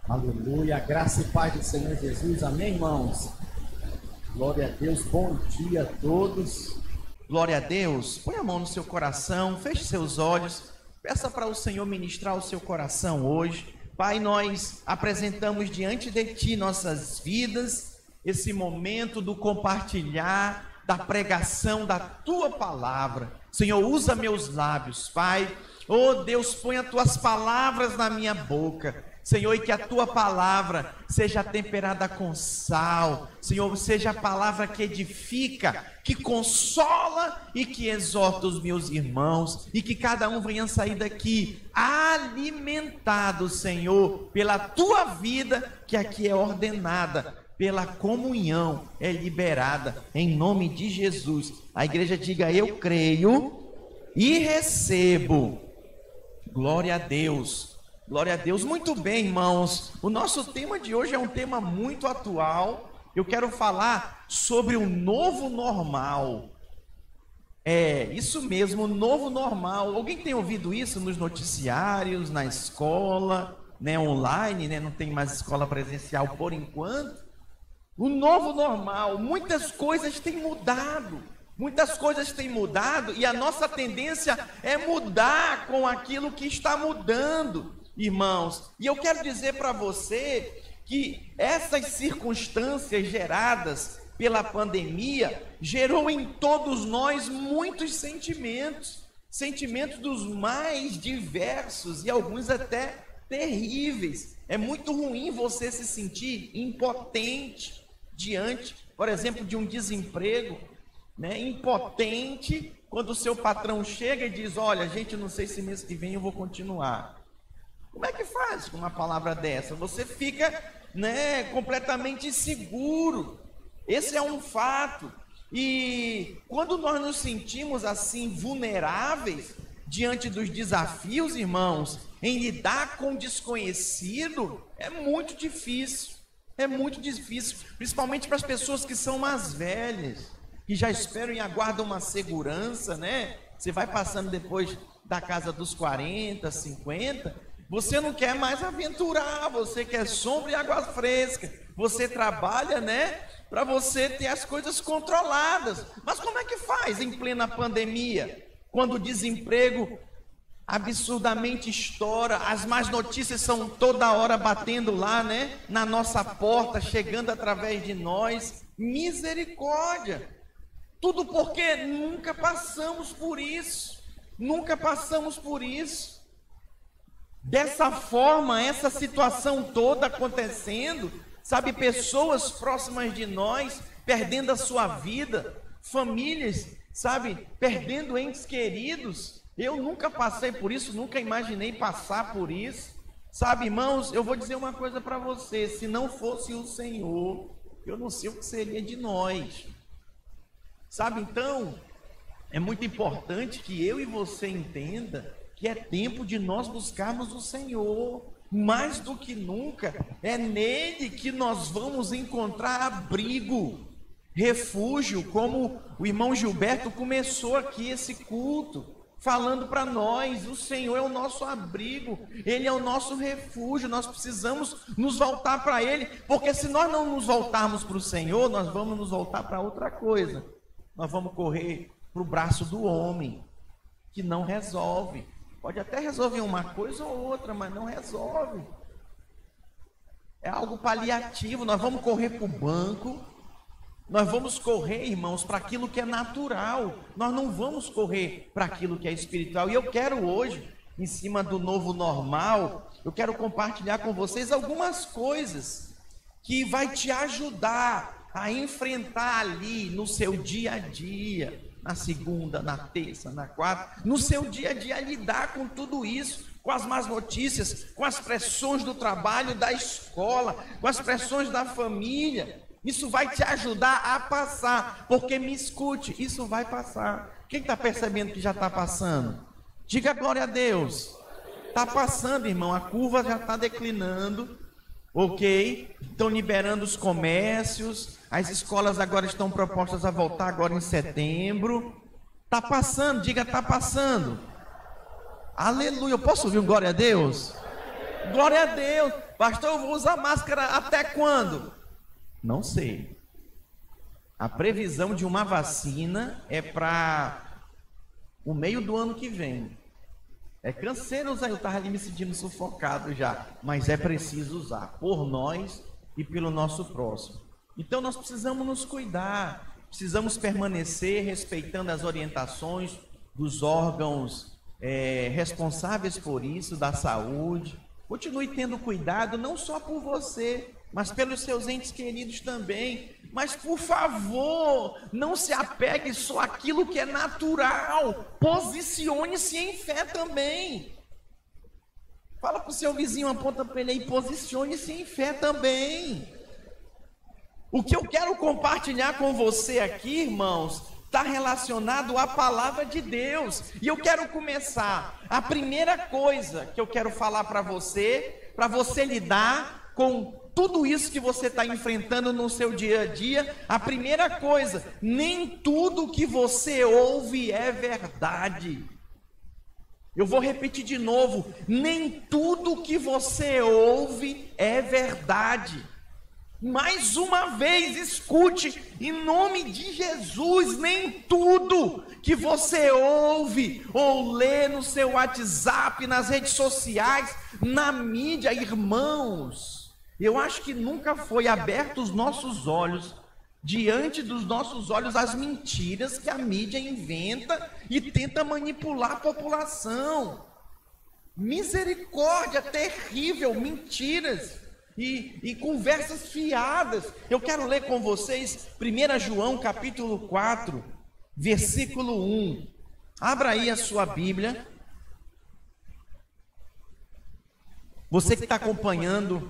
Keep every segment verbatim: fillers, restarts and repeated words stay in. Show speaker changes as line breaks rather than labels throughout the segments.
Aleluia, graça e paz do Senhor Jesus, amém, irmãos? Glória a Deus, bom dia a todos.
Glória a Deus, põe a mão no seu coração, feche seus olhos, peça para o Senhor ministrar o seu coração hoje. Pai, nós apresentamos diante de Ti nossas vidas, esse momento do compartilhar, da pregação da Tua palavra. Senhor, usa meus lábios, Pai. Oh Deus, põe as Tuas palavras na minha boca. Senhor, e que a Tua palavra seja temperada com sal. Senhor, seja a palavra que edifica, que consola e que exorta os meus irmãos. E que cada um venha sair daqui alimentado, Senhor, pela Tua vida, que aqui é ordenada, pela comunhão é liberada, em nome de Jesus. A igreja diga: eu creio e recebo. Glória a Deus. Glória a Deus. Muito bem, irmãos, o nosso tema de hoje é um tema muito atual. Eu quero falar sobre o novo normal. É, isso mesmo, o novo normal. Alguém tem ouvido isso nos noticiários, na escola, né, online, né? Não tem mais escola presencial por enquanto. O novo normal, muitas coisas têm mudado. Muitas coisas têm mudado e a nossa tendência é mudar com aquilo que está mudando, irmãos. E eu quero dizer para você que essas circunstâncias geradas pela pandemia gerou em todos nós muitos sentimentos, sentimentos dos mais diversos e alguns até terríveis. É muito ruim você se sentir impotente diante, por exemplo, de um desemprego, né? Impotente quando o seu patrão chega e diz: olha, gente, não sei se mês que vem eu vou continuar. Como é que faz com uma palavra dessa? Você fica, né, completamente inseguro. Esse é um fato. E quando nós nos sentimos assim vulneráveis diante dos desafios, irmãos, em lidar com o desconhecido, é muito difícil. É muito difícil, principalmente para as pessoas que são mais velhas, que já esperam e aguardam uma segurança, né? Você vai passando depois da casa dos quarenta, cinquenta, você não quer mais aventurar, você quer sombra e água fresca, você trabalha, né, para você ter as coisas controladas. Mas como é que faz em plena pandemia, quando o desemprego absurdamente estoura, as más notícias são toda hora batendo lá, né, na nossa porta, chegando através de nós? Misericórdia! Tudo porque nunca passamos por isso, nunca passamos por isso. Dessa forma, essa situação toda acontecendo, sabe, pessoas próximas de nós perdendo a sua vida, famílias, sabe, perdendo entes queridos. Eu nunca passei por isso, nunca imaginei passar por isso. Sabe, irmãos, eu vou dizer uma coisa para você: se não fosse o Senhor, eu não sei o que seria de nós. Sabe, então, é muito importante que eu e você entenda que é tempo de nós buscarmos o Senhor. Mais do que nunca, é nele que nós vamos encontrar abrigo, refúgio, como o irmão Gilberto começou aqui esse culto, falando para nós: o Senhor é o nosso abrigo, Ele é o nosso refúgio. Nós precisamos nos voltar para Ele, porque se nós não nos voltarmos para o Senhor, nós vamos nos voltar para outra coisa. Nós vamos correr para o braço do homem, que não resolve. Pode até resolver uma coisa ou outra, mas não resolve. É algo paliativo. Nós vamos correr para o banco, nós vamos correr, irmãos, para aquilo que é natural. Nós não vamos correr para aquilo que é espiritual. E eu quero hoje, em cima do novo normal, eu quero compartilhar com vocês algumas coisas que vai te ajudar a enfrentar ali no seu dia a dia, na segunda, na terça, na quarta, no seu dia a dia, a lidar com tudo isso, com as más notícias, com as pressões do trabalho, da escola, com as pressões da família. Isso vai te ajudar a passar, porque me escute, isso vai passar. Quem está percebendo que já está passando? Diga glória a Deus. Está passando, irmão, a curva já está declinando. Ok? Estão liberando os comércios, as escolas agora estão propostas a voltar agora em setembro. Está passando, diga, está passando. Aleluia, eu posso ouvir um glória a Deus? Glória a Deus. Pastor, eu vou usar máscara até quando? Não sei. A previsão de uma vacina é para o meio do ano que vem. É canseiro usar, eu estava ali me sentindo sufocado já, mas é preciso usar por nós e pelo nosso próximo. Então nós precisamos nos cuidar, precisamos permanecer respeitando as orientações dos órgãos é, responsáveis por isso, da saúde. Continue tendo cuidado, não só por você, mas pelos seus entes queridos também. Mas, por favor, não se apegue só àquilo que é natural. Posicione-se em fé também. Fala para o seu vizinho, aponta para ele aí, posicione-se em fé também. O que eu quero compartilhar com você aqui, irmãos, está relacionado à palavra de Deus. E eu quero começar. A primeira coisa que eu quero falar para você, para você lidar com tudo isso que você está enfrentando no seu dia a dia, a primeira coisa, nem tudo que você ouve é verdade. Eu vou repetir de novo, nem tudo que você ouve é verdade. Mais uma vez, escute, em nome de Jesus, nem tudo que você ouve ou lê no seu WhatsApp, nas redes sociais, na mídia, irmãos, eu acho que nunca foi aberto os nossos olhos, diante dos nossos olhos, as mentiras que a mídia inventa e tenta manipular a população. Misericórdia, terrível, mentiras e, e conversas fiadas. Eu quero ler com vocês primeiro João capítulo quatro, versículo um. Abra aí a sua Bíblia. Você que está acompanhando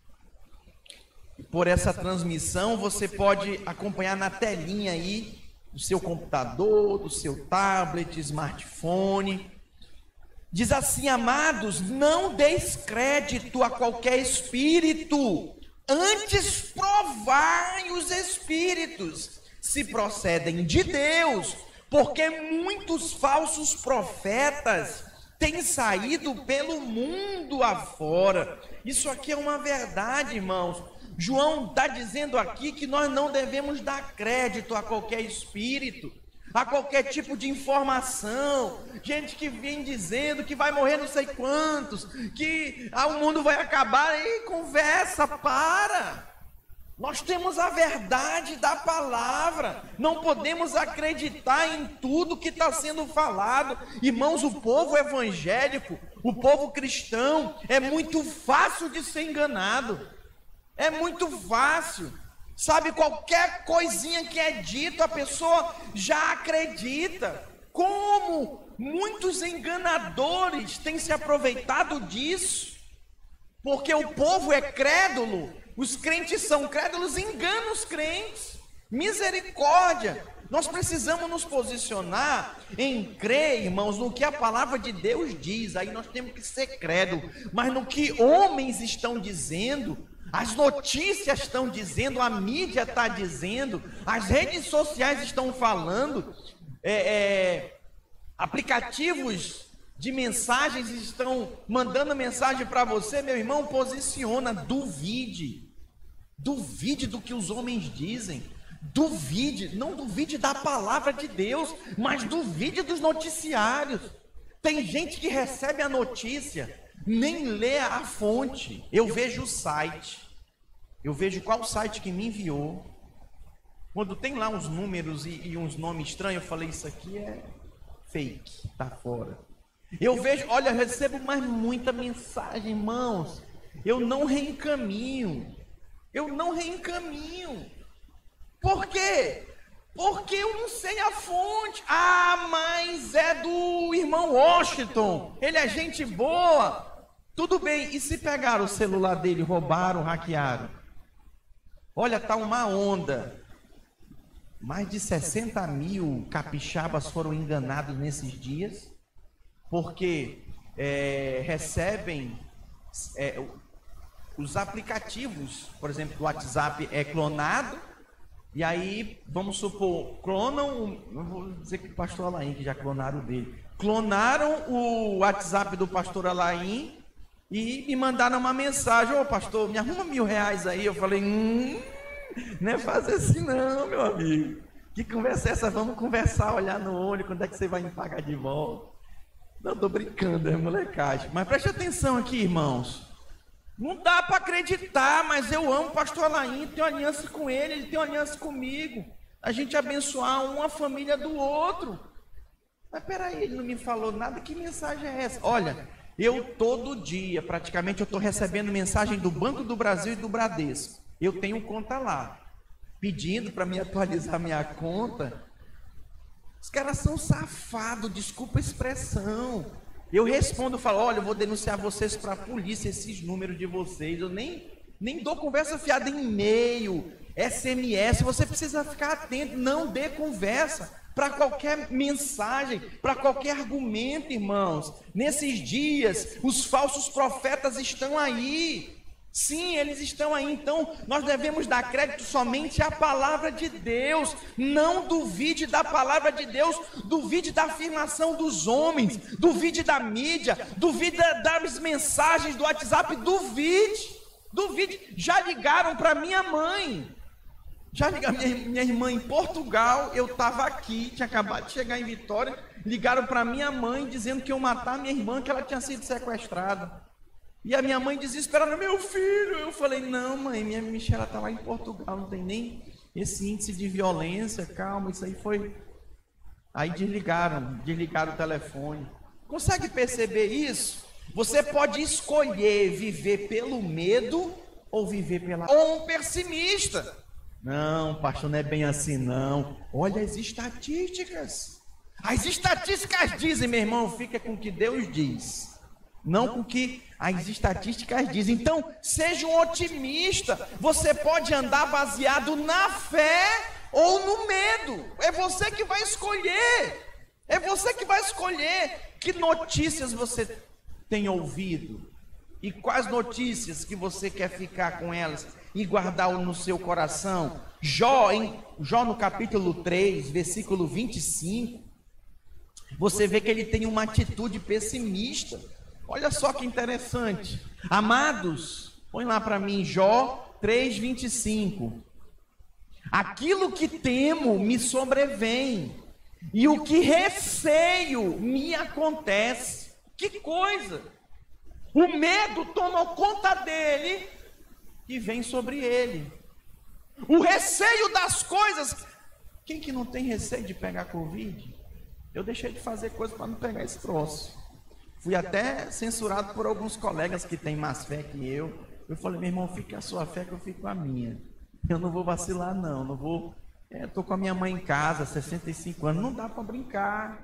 por essa transmissão, você pode acompanhar na telinha aí do seu computador, do seu tablet, smartphone. Diz assim: amados, não deis crédito a qualquer espírito, antes provai os espíritos, se procedem de Deus, porque muitos falsos profetas têm saído pelo mundo afora. Isso aqui é uma verdade, irmãos. João está dizendo aqui que nós não devemos dar crédito a qualquer espírito, a qualquer tipo de informação. Gente que vem dizendo que vai morrer não sei quantos, que ah, o mundo vai acabar. E conversa, para. Nós temos a verdade da palavra, não podemos acreditar em tudo que está sendo falado. Irmãos, o povo evangélico, o povo cristão, é muito fácil de ser enganado. É muito fácil, sabe, qualquer coisinha que é dito, a pessoa já acredita. Como muitos enganadores têm se aproveitado disso, porque o povo é crédulo, os crentes são crédulos, enganam os crentes. Misericórdia, nós precisamos nos posicionar em crer, irmãos, no que a palavra de Deus diz. Aí nós temos que ser crédulos, mas no que homens estão dizendo, as notícias estão dizendo, a mídia está dizendo, as redes sociais estão falando, é, é, aplicativos de mensagens estão mandando mensagem para você, meu irmão. Posiciona, duvide, duvide do que os homens dizem, duvide, não duvide da palavra de Deus, mas duvide dos noticiários. Tem gente que recebe a notícia, nem lê a fonte. Eu vejo o site, eu vejo qual site que me enviou. Quando tem lá uns números e, e uns nomes estranhos, eu falei, isso aqui é fake, tá fora. Eu vejo, olha, eu recebo mais muita mensagem, irmãos, eu não reencaminho, eu não reencaminho. Por quê? Porque eu não sei a fonte. Ah, mas é do irmão Washington, ele é gente boa. Tudo bem, e se pegaram o celular dele, roubaram, hackearam? Olha, tá uma onda. Mais de sessenta mil capixabas foram enganados nesses dias, porque é, recebem é, os aplicativos, por exemplo, do WhatsApp é clonado, e aí, vamos supor, clonam, não vou dizer que o pastor Alain, que já clonaram o dele, clonaram o WhatsApp do pastor Alain, e me mandaram uma mensagem: ô pastor, me arruma mil reais aí. Eu falei: hum, não é fazer assim não, meu amigo. Que conversa é essa? Vamos conversar, olhar no olho, quando é que você vai me pagar de volta? Não, estou brincando, é molecagem. Mas preste atenção aqui, irmãos. Não dá para acreditar, mas eu amo o pastor Alain, tenho aliança com ele, ele tem aliança comigo. A gente abençoar uma família do outro. Mas peraí, ele não me falou nada, que mensagem é essa? Olha, eu todo dia, praticamente, eu estou recebendo mensagem do Banco do Brasil e do Bradesco. Eu tenho conta lá, pedindo para me atualizar minha conta. Os caras são safados, desculpa a expressão. Eu respondo, falo: olha, eu vou denunciar vocês para a polícia, esses números de vocês. Eu nem, nem dou conversa fiada em e-mail, S M S. Você precisa ficar atento, não dê conversa para qualquer mensagem, para qualquer argumento, irmãos. Nesses dias, os falsos profetas estão aí. Sim, eles estão aí. Então, nós devemos dar crédito somente à palavra de Deus. Não duvide da palavra de Deus, duvide da afirmação dos homens, duvide da mídia, duvide das mensagens do WhatsApp, duvide, duvide. Já ligaram para minha mãe, já ligaram, minha, minha irmã em Portugal, eu estava aqui, tinha acabado de chegar em Vitória, ligaram para minha mãe dizendo que iam matar minha irmã, que ela tinha sido sequestrada. E a minha mãe desesperada: meu filho. Eu falei: não, mãe, minha Michela está lá em Portugal, não tem nem esse índice de violência, calma, isso aí foi... Aí desligaram, desligaram o telefone. Consegue perceber isso? Você pode escolher viver pelo medo ou viver pela... Ou um pessimista. Não, pastor, não é bem assim não. Olha as estatísticas. As estatísticas dizem, meu irmão, fica com o que Deus diz, não com o que as estatísticas dizem. Então, seja um otimista. Você pode andar baseado na fé ou no medo. É você que vai escolher. É você que vai escolher que notícias você tem ouvido e quais notícias que você quer ficar com elas e guardar no seu coração. Jó, em Jó no capítulo três, versículo vinte e cinco, você vê que ele tem uma atitude pessimista. Olha só que interessante. Amados, põe lá para mim, Jó três, vinte e cinco. Aquilo que temo me sobrevém, e o que receio me acontece. Que coisa! O medo tomou conta dele e vem sobre ele. O receio das coisas. Quem que não tem receio de pegar Covid? Eu deixei de fazer coisa para não pegar esse troço. Fui até censurado por alguns colegas que têm mais fé que eu. Eu falei: meu irmão, fique a sua fé que eu fico a minha. Eu não vou vacilar não, não vou... Estou é, com a minha mãe em casa, sessenta e cinco anos, não dá para brincar.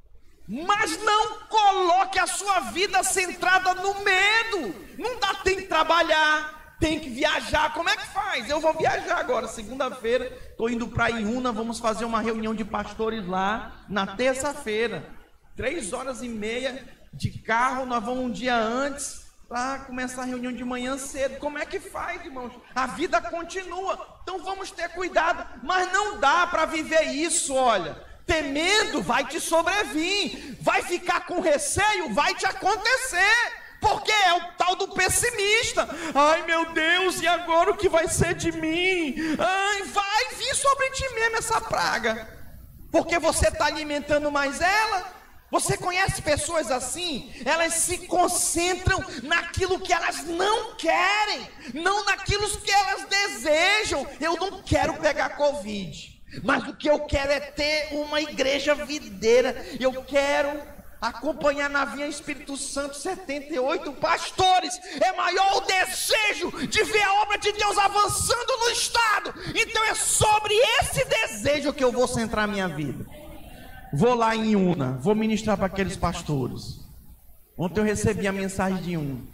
Mas não coloque a sua vida centrada no medo. Não dá, tem que trabalhar, tem que viajar. Como é que faz? Eu vou viajar agora, segunda-feira, estou indo para Iúna, vamos fazer uma reunião de pastores lá na terça-feira. Três horas e meia de carro, nós vamos um dia antes para começar a reunião de manhã cedo. Como é que faz, irmãos? A vida continua, então vamos ter cuidado. Mas não dá para viver isso, olha. Temendo vai te sobrevir, vai ficar com receio, vai te acontecer, porque é o tal do pessimista. Ai meu Deus, e agora o que vai ser de mim? Ai, vai vir sobre ti mesmo essa praga, porque você está alimentando mais ela. Você conhece pessoas assim? Elas se concentram naquilo que elas não querem, não naquilo que elas desejam. Eu não quero pegar Covid, mas o que eu quero é ter uma igreja videira. Eu quero acompanhar na Vinha Espírito Santo setenta e oito pastores. É maior o desejo de ver a obra de Deus avançando no estado. Então é sobre esse desejo que eu vou centrar minha vida. Vou lá em Iúna, vou ministrar para aqueles pastores. Ontem eu recebi a mensagem de um,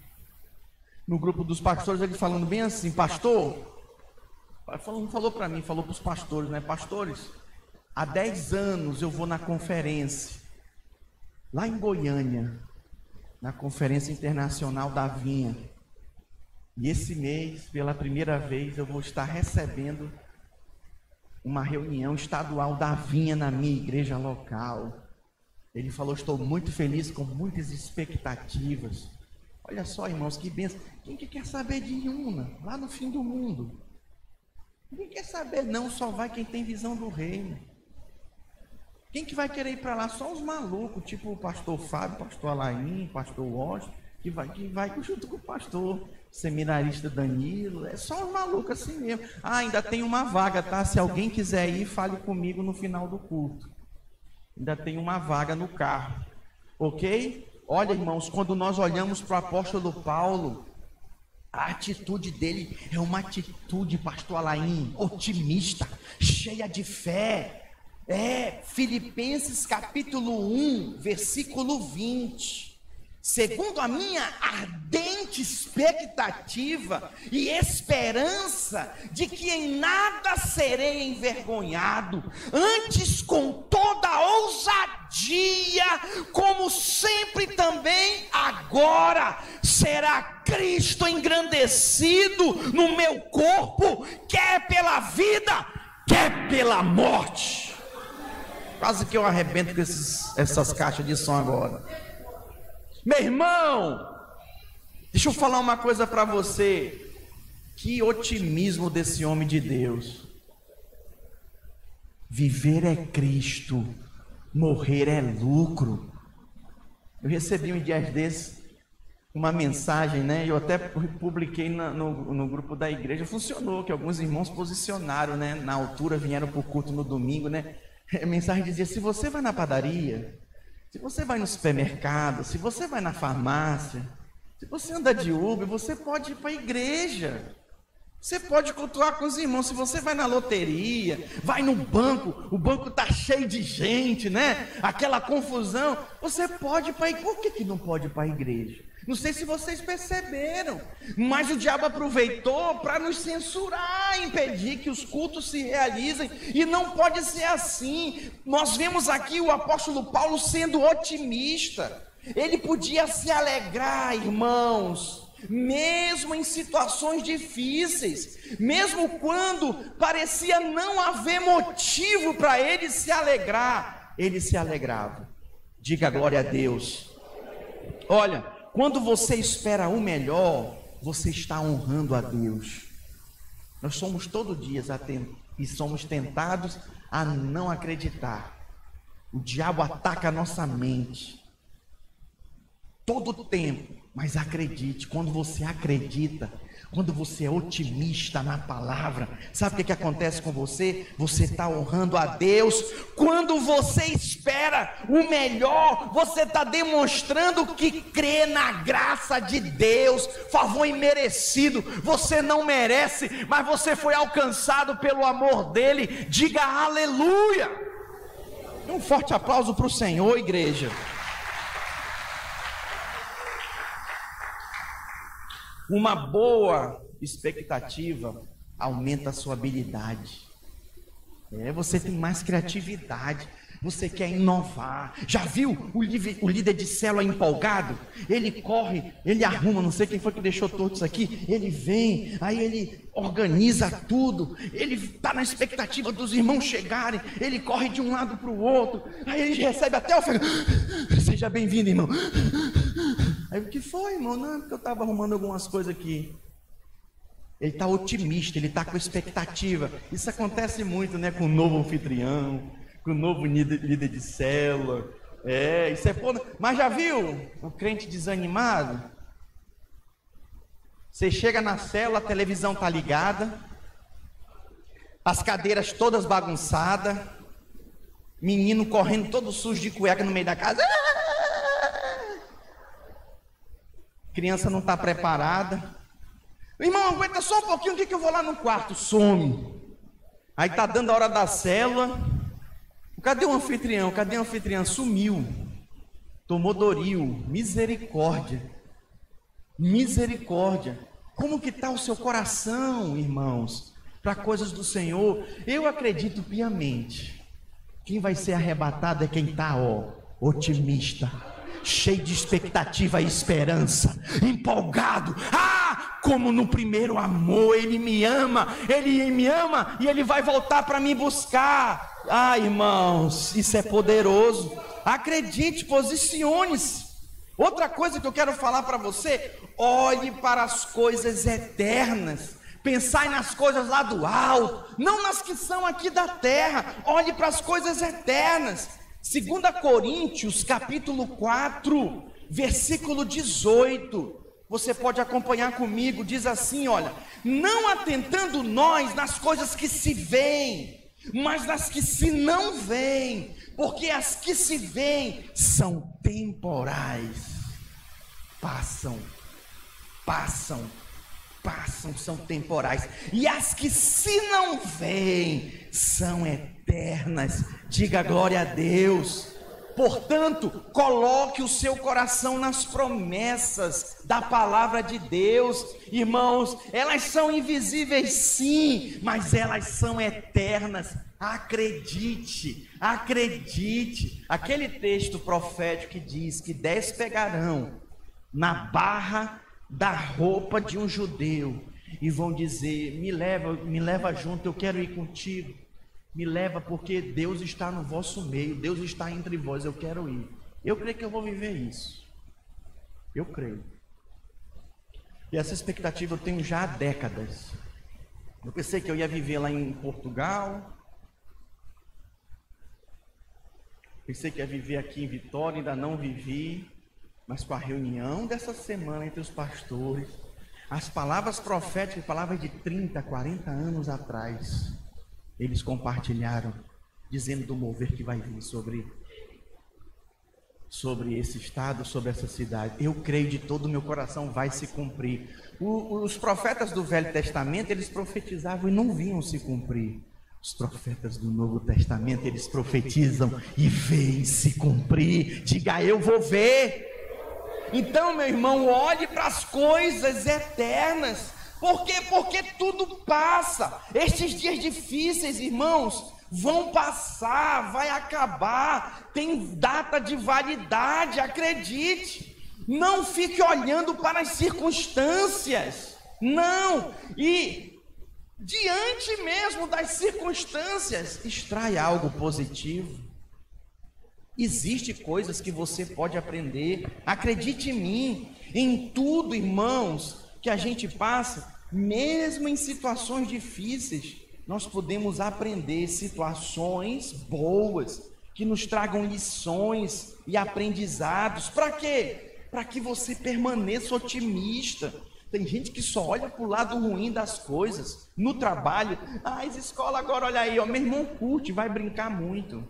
no grupo dos pastores, ele falando bem assim: pastor, falou, falou para mim, falou para os pastores, né? Pastores, há dez anos eu vou na conferência, lá em Goiânia, na Conferência Internacional da Vinha. E esse mês, pela primeira vez, eu vou estar recebendo uma reunião estadual da Vinha na minha igreja local. Ele falou: estou muito feliz, com muitas expectativas. Olha só, irmãos, que bênção. Quem que quer saber de Una, lá no fim do mundo? Ninguém quer saber não, só vai quem tem visão do reino. Quem que vai querer ir para lá? Só os malucos, tipo o pastor Fábio, pastor Alain, pastor Washington, que vai, que vai junto com o pastor seminarista Danilo. É só os malucos assim mesmo. Ah, ainda tem uma vaga, tá? Se alguém quiser ir, fale comigo no final do culto. Ainda tem uma vaga no carro, ok? Olha, irmãos, quando nós olhamos para o apóstolo Paulo, a atitude dele é uma atitude, pastor Alain, otimista, cheia de fé. É, Filipenses capítulo um, versículo vinte. Segundo a minha ardente expectativa e esperança de que em nada serei envergonhado, antes com toda ousadia, como sempre também agora, será Cristo engrandecido no meu corpo, quer pela vida, quer pela morte. Quase que eu arrebento com esses, essas caixas de som agora. Meu irmão, deixa eu falar uma coisa para você. Que otimismo desse homem de Deus. Viver é Cristo, morrer é lucro. Eu recebi um dia desses uma mensagem, né? Eu até publiquei na, no, no grupo da igreja. Funcionou, que alguns irmãos posicionaram, né? Na altura, vieram para o culto no domingo, né? A mensagem dizia: se você vai na padaria, se você vai no supermercado, se você vai na farmácia, se você anda de Uber, você pode ir para a igreja. Você pode cultuar com os irmãos. Se você vai na loteria, vai no banco, o banco está cheio de gente, né? Aquela confusão. Você pode ir para a igreja. Por que, que não pode ir para a igreja? Não sei se vocês perceberam, mas o diabo aproveitou para nos censurar, impedir que os cultos se realizem, e não pode ser assim. Nós vemos aqui o apóstolo Paulo sendo otimista. Ele podia se alegrar, irmãos, mesmo em situações difíceis, mesmo quando parecia não haver motivo para ele se alegrar, ele se alegrava. Diga glória a Deus. Olha, quando você espera o melhor, você está honrando a Deus. Nós somos todo dia e somos tentados a não acreditar. O diabo ataca a nossa mente todo o tempo, mas acredite. Quando você acredita, quando você é otimista na palavra, sabe o que, que acontece com você? Você está honrando a Deus. Quando você espera o melhor, você está demonstrando que crê na graça de Deus, favor imerecido. Você não merece, mas você foi alcançado pelo amor dele. Diga aleluia. Um forte aplauso para o Senhor, igreja. Uma boa expectativa aumenta a sua habilidade. É, você tem mais criatividade. Você quer inovar. Já viu o, o líder de célula empolgado? Ele corre, ele arruma, não sei quem foi que deixou torto isso aqui. Ele vem, aí ele organiza tudo. Ele está na expectativa dos irmãos chegarem. Ele corre de um lado para o outro. Aí ele recebe até o... Seja bem-vindo, irmão. Aí o que foi, irmão? Não, é porque eu estava arrumando algumas coisas aqui. Ele está otimista, ele está com expectativa. Isso acontece muito, né? Com o novo anfitrião, com o novo líder de célula. É, isso é bom. Mas já viu o crente desanimado? Você chega na célula, a televisão está ligada, as cadeiras todas bagunçadas, menino correndo todo sujo de cueca no meio da casa. Criança não está preparada. Irmão, aguenta só um pouquinho, o que, que eu vou lá no quarto? Some. Aí está dando a hora da célula. Cadê o anfitrião? Cadê o anfitrião? Sumiu. Tomou Doril. Misericórdia. Misericórdia. Como que está o seu coração, irmãos, para coisas do Senhor? Eu acredito piamente. Quem vai ser arrebatado é quem está, ó, otimista, cheio de expectativa e esperança, empolgado. Ah, como no primeiro amor, ele me ama, ele me ama e ele vai voltar para me buscar. Ah, irmãos, isso é poderoso. Acredite, posicione-se. Outra coisa que eu quero falar para você, olhe para as coisas eternas. Pensai nas coisas lá do alto, não nas que são aqui da terra. Olhe para as coisas eternas. Segunda Coríntios, capítulo quatro, versículo dezoito. Você pode acompanhar comigo, diz assim, olha: não atentando nós nas coisas que se veem, mas nas que se não veem, porque as que se veem são temporais, passam, passam, passam, são temporais, e as que se não veem são eternas. Diga glória a Deus. Portanto, coloque o seu coração nas promessas da palavra de Deus. Irmãos, elas são invisíveis sim, mas elas são eternas. Acredite, acredite. Aquele texto profético que diz que dez pegarão na barra da roupa de um judeu e vão dizer: me leva, me leva junto, eu quero ir contigo. Me leva porque Deus está no vosso meio, Deus está entre vós, eu quero ir. Eu creio que eu vou viver isso. Eu creio. E essa expectativa eu tenho já há décadas. Eu pensei que eu ia viver lá em Portugal. Pensei que ia viver aqui em Vitória, ainda não vivi. Mas com a reunião dessa semana entre os pastores, as palavras proféticas, palavras de trinta, quarenta anos atrás, eles compartilharam, dizendo do mover que vai vir sobre, sobre esse estado, sobre essa cidade. Eu creio de todo o meu coração, vai se cumprir. O, os profetas do Velho Testamento, eles profetizavam e não vinham se cumprir. Os profetas do Novo Testamento, eles profetizam e veem se cumprir. Diga: eu vou ver. Então, meu irmão, olhe para as coisas eternas. Por quê? Porque tudo passa. Estes dias difíceis, irmãos, vão passar, vai acabar. Tem data de validade, acredite. Não fique olhando para as circunstâncias. Não. E diante mesmo das circunstâncias, extrai algo positivo. Existem coisas que você pode aprender. Acredite em mim. Em tudo, irmãos, que a gente passa, mesmo em situações difíceis, nós podemos aprender situações boas, que nos tragam lições e aprendizados. Para quê? Para que você permaneça otimista. Tem gente que só olha para o lado ruim das coisas. No trabalho, ah, as escolas agora, olha aí, ó, meu irmão curte, vai brincar muito.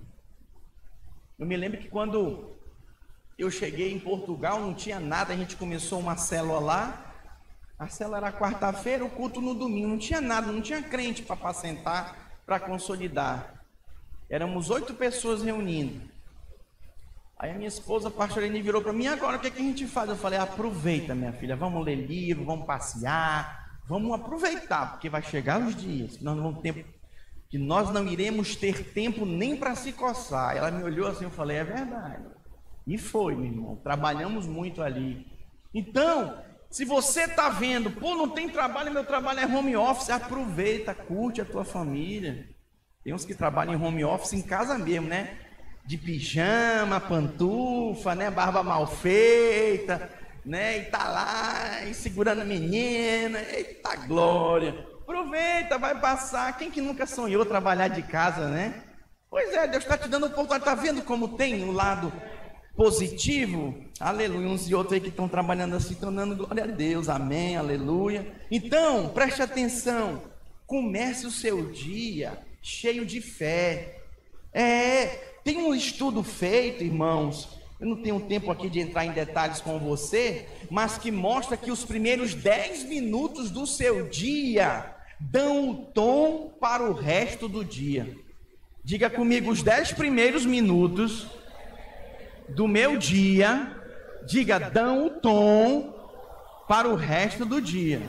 Eu me lembro que quando eu cheguei em Portugal, não tinha nada, a gente começou uma célula lá. A célula era quarta-feira, o culto no domingo, não tinha nada, não tinha crente para apacentar, para consolidar. Éramos oito pessoas reunindo. Aí a minha esposa, a pastorina, virou para mim: agora o que, é que a gente faz? Eu falei: aproveita, minha filha, vamos ler livro, vamos passear, vamos aproveitar, porque vai chegar os dias que nós não vamos ter, que nós não iremos ter tempo nem para se coçar. Ela me olhou assim, eu falei: é verdade. E foi, meu irmão, trabalhamos muito ali. Então, se você está vendo, pô, não tem trabalho, meu trabalho é home office, aproveita, curte a tua família. Tem uns que trabalham em home office em casa mesmo, né? De pijama, pantufa, né? Barba mal feita, né? E tá lá, e segurando a menina, eita glória. Aproveita, vai passar. Quem que nunca sonhou trabalhar de casa, né? Pois é, Deus está te dando oportunidade. Está vendo como tem um lado positivo? Aleluia. Uns e outros aí que estão trabalhando assim, estão dando glória a Deus, amém, aleluia. Então, preste atenção, comece o seu dia cheio de fé. É, tem um estudo feito, irmãos, eu não tenho tempo aqui de entrar em detalhes com você, mas que mostra que os primeiros dez minutos do seu dia dão o tom para o resto do dia. Diga comigo: os dez primeiros minutos do meu dia, diga, dão o tom para o resto do dia.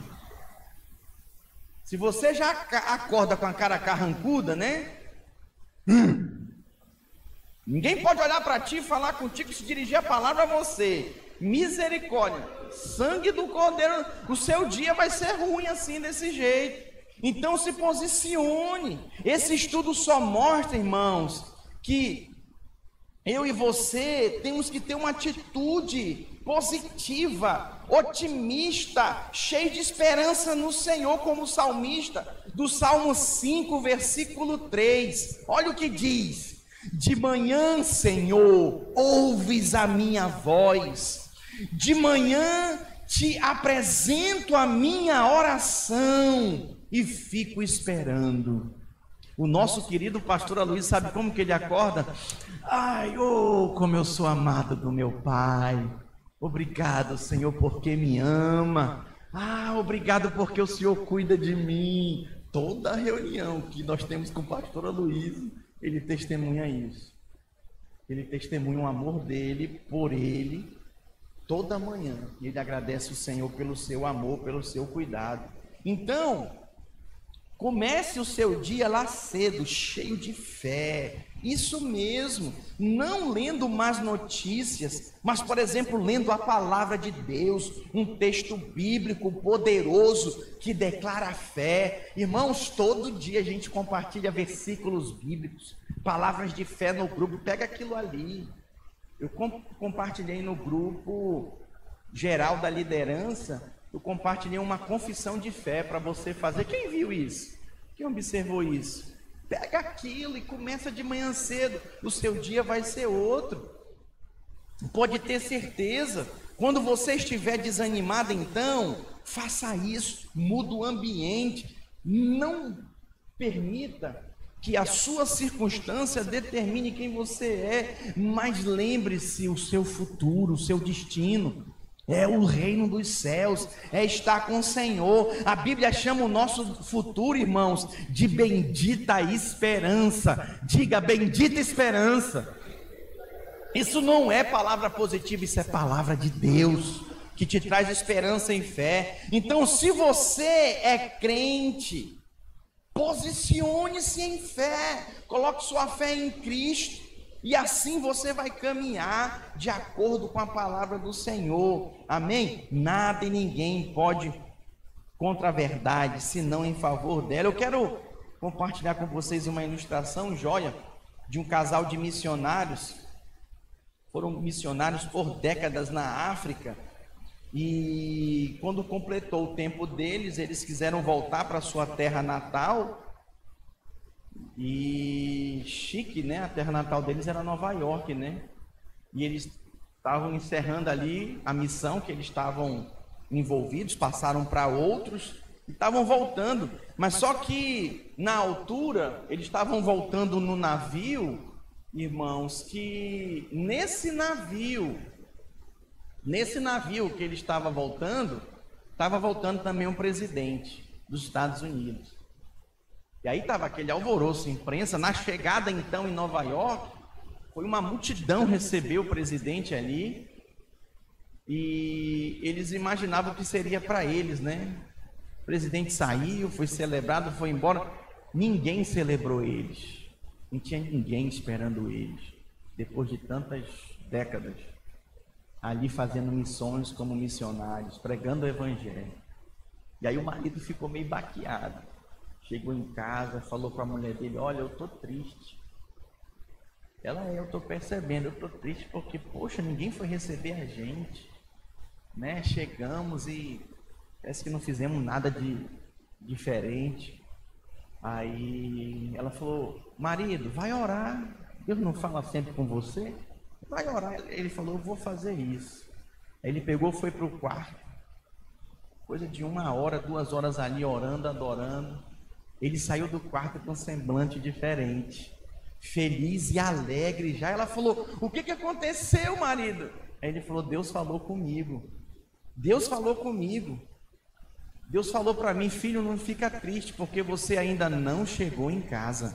Se você já acorda com a cara carrancuda, né? Hum. Ninguém pode olhar para ti e falar contigo, se dirigir a palavra a você. Misericórdia, sangue do Cordeiro, o seu dia vai ser ruim assim, desse jeito. Então se posicione. Esse estudo só mostra, irmãos, que eu e você temos que ter uma atitude positiva, otimista, cheio de esperança no Senhor, como o salmista do Salmo cinco, versículo três. Olha o que diz: de manhã, Senhor, ouves a minha voz, de manhã te apresento a minha oração e fico esperando. O nosso querido pastor Aloysio, sabe como que ele acorda? Ai, oh, como eu sou amado do meu Pai. Obrigado, Senhor, porque me ama. Ah, obrigado porque o Senhor cuida de mim. Toda reunião que nós temos com o pastor Aloysio, ele testemunha isso. Ele testemunha o amor dele por ele toda manhã. E ele agradece o Senhor pelo seu amor, pelo seu cuidado. Então, comece o seu dia lá cedo, cheio de fé. Isso mesmo, não lendo más notícias, mas, por exemplo, lendo a palavra de Deus, um texto bíblico poderoso que declara a fé. Irmãos, todo dia a gente compartilha versículos bíblicos, palavras de fé no grupo. Pega aquilo ali. Eu comp- compartilhei no grupo geral da liderança, eu compartilhei uma confissão de fé para você fazer. Quem viu isso? Quem observou isso? Pega aquilo e começa de manhã cedo. O seu dia vai ser outro. Pode ter certeza. Quando você estiver desanimado, então, faça isso. Muda o ambiente. Não permita que a sua circunstância determine quem você é. Mas lembre-se, o seu futuro, o seu destino é o reino dos céus, é estar com o Senhor. A Bíblia chama o nosso futuro, irmãos, de bendita esperança. Diga, bendita esperança. Isso não é palavra positiva, isso é palavra de Deus, que te traz esperança e fé. Então, se você é crente, posicione-se em fé, coloque sua fé em Cristo. E assim você vai caminhar de acordo com a palavra do Senhor. Amém? Nada e ninguém pode contra a verdade, senão em favor dela. Eu quero compartilhar com vocês uma ilustração joia de um casal de missionários. Foram missionários por décadas na África. E quando completou o tempo deles, eles quiseram voltar para sua terra natal. E chique, né? A terra natal deles era Nova York, né? E eles estavam encerrando ali a missão que eles estavam envolvidos, passaram para outros e estavam voltando. Mas só que na altura eles estavam voltando no navio, irmãos, que nesse navio, nesse navio que ele estava voltando, estava voltando também um presidente dos Estados Unidos. E aí estava aquele alvoroço, imprensa. Na chegada então em Nova York, foi uma multidão receber o presidente ali, e eles imaginavam que seria para eles, né? O presidente saiu, foi celebrado, foi embora. Ninguém celebrou eles, não tinha ninguém esperando eles, depois de tantas décadas, ali fazendo missões como missionários, pregando o evangelho. E aí o marido ficou meio baqueado. Chegou em casa, falou para a mulher dele: olha, eu estou triste. Ela, eu estou percebendo, eu estou triste porque, poxa, ninguém foi receber a gente, né? Chegamos e parece que não fizemos nada de diferente. Aí ela falou: marido, vai orar. Deus não fala sempre com você? Vai orar. Ele falou: eu vou fazer isso. Aí ele pegou, foi para o quarto, coisa de uma hora, duas horas ali orando, adorando. Ele saiu do quarto com um semblante diferente, feliz e alegre já. Ela falou: o que que aconteceu, marido? Aí ele falou: Deus falou comigo. Deus falou comigo. Deus falou para mim: filho, não fica triste, porque você ainda não chegou em casa.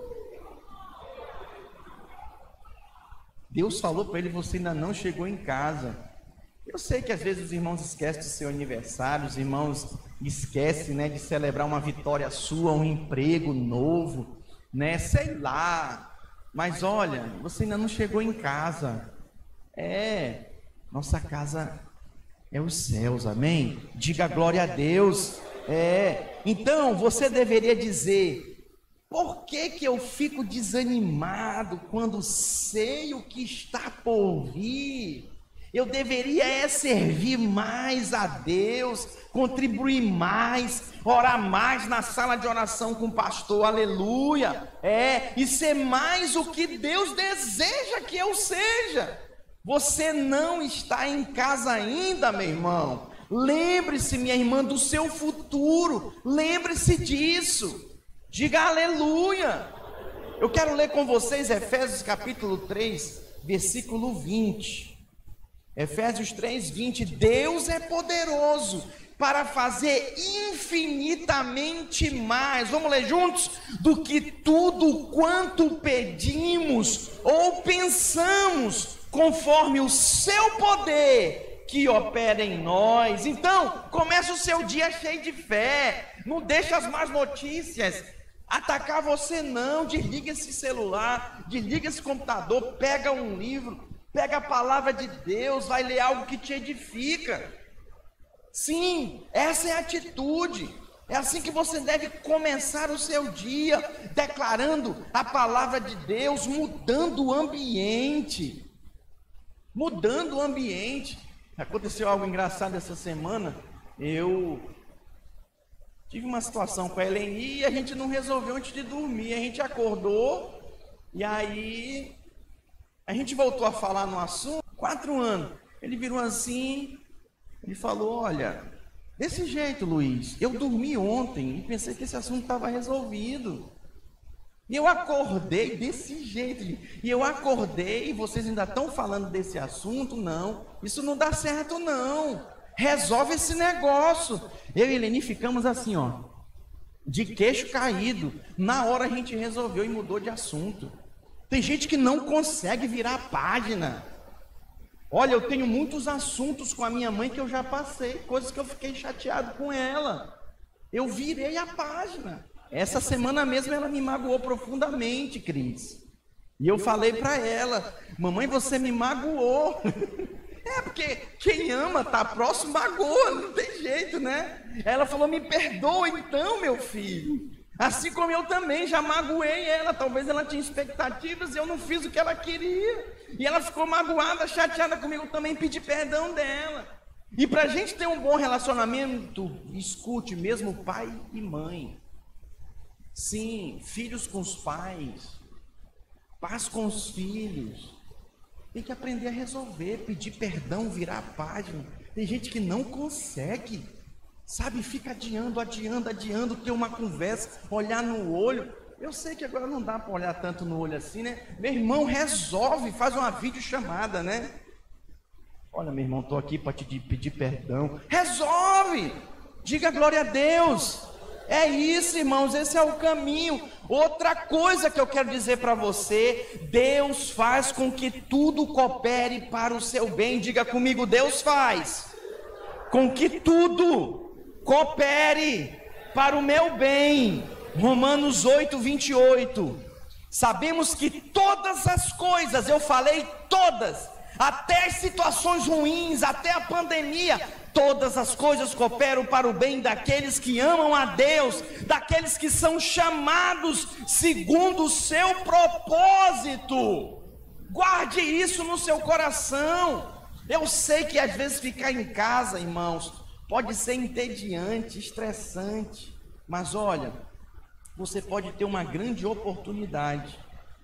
Deus falou para ele: você ainda não chegou em casa. Eu sei que às vezes os irmãos esquecem do seu aniversário, os irmãos esquecem, né, de celebrar uma vitória sua, um emprego novo, né, sei lá. Mas olha, você ainda não chegou em casa. É, nossa casa é os céus, amém? Diga glória a Deus. É, então você deveria dizer: por que que eu fico desanimado quando sei o que está por vir? Eu deveria é servir mais a Deus, contribuir mais, orar mais na sala de oração com o pastor, aleluia. É, e ser mais o que Deus deseja que eu seja. Você não está em casa ainda, meu irmão. Lembre-se, minha irmã, do seu futuro. Lembre-se disso. Diga aleluia. Eu quero ler com vocês Efésios capítulo três, versículo vinte. Efésios três, vinte. Deus é poderoso para fazer infinitamente mais, vamos ler juntos? Do que tudo quanto pedimos ou pensamos, conforme o seu poder que opera em nós. Então, comece o seu dia cheio de fé. Não deixe as más notícias atacar você não. Desliga esse celular, desliga esse computador, pega um livro, pega a palavra de Deus, vai ler algo que te edifica. Sim, essa é a atitude. É assim que você deve começar o seu dia, declarando a palavra de Deus, mudando o ambiente. Mudando o ambiente. Aconteceu algo engraçado essa semana. Eu tive uma situação com a Eleni e a gente não resolveu antes de dormir. A gente acordou e aí a gente voltou a falar no assunto. Quatro anos. Ele virou assim, ele falou: olha, desse jeito, Luiz, eu dormi ontem e pensei que esse assunto estava resolvido. E eu acordei desse jeito. E eu acordei e vocês ainda estão falando desse assunto? Não, isso não dá certo não. Resolve esse negócio. Eu e Eleni ficamos assim, ó, de queixo caído. Na hora a gente resolveu e mudou de assunto. Tem gente que não consegue virar a página. Olha, eu tenho muitos assuntos com a minha mãe que eu já passei, coisas que eu fiquei chateado com ela. Eu virei a página. Essa semana mesmo ela me magoou profundamente, Cris. E eu falei para ela: mamãe, você me magoou. É, porque quem ama, tá próximo, magoa, não tem jeito, né? Ela falou: me perdoa então, meu filho. Assim como eu também já magoei ela. Talvez ela tinha expectativas e eu não fiz o que ela queria. E ela ficou magoada, chateada comigo também, pedi perdão dela. E para a gente ter um bom relacionamento, escute, mesmo pai e mãe. Sim, filhos com os pais, pais com os filhos. Tem que aprender a resolver, pedir perdão, virar a página. Tem gente que não consegue, sabe, fica adiando, adiando, adiando, ter uma conversa, olhar no olho. Eu sei que agora não dá para olhar tanto no olho assim, né? Meu irmão, resolve, faz uma videochamada, né? Olha, meu irmão, estou aqui para te pedir perdão. Resolve! Diga glória a Deus. É isso, irmãos, esse é o caminho. Outra coisa que eu quero dizer para você: Deus faz com que tudo coopere para o seu bem. Diga comigo: Deus faz com que tudo coopere para o meu bem. Romanos oito, vinte e oito. Sabemos que todas as coisas, eu falei todas, até as situações ruins, até a pandemia, todas as coisas cooperam para o bem daqueles que amam a Deus, daqueles que são chamados segundo o seu propósito. Guarde isso no seu coração. Eu sei que às vezes ficar em casa, irmãos, pode ser entediante, estressante, mas olha, você pode ter uma grande oportunidade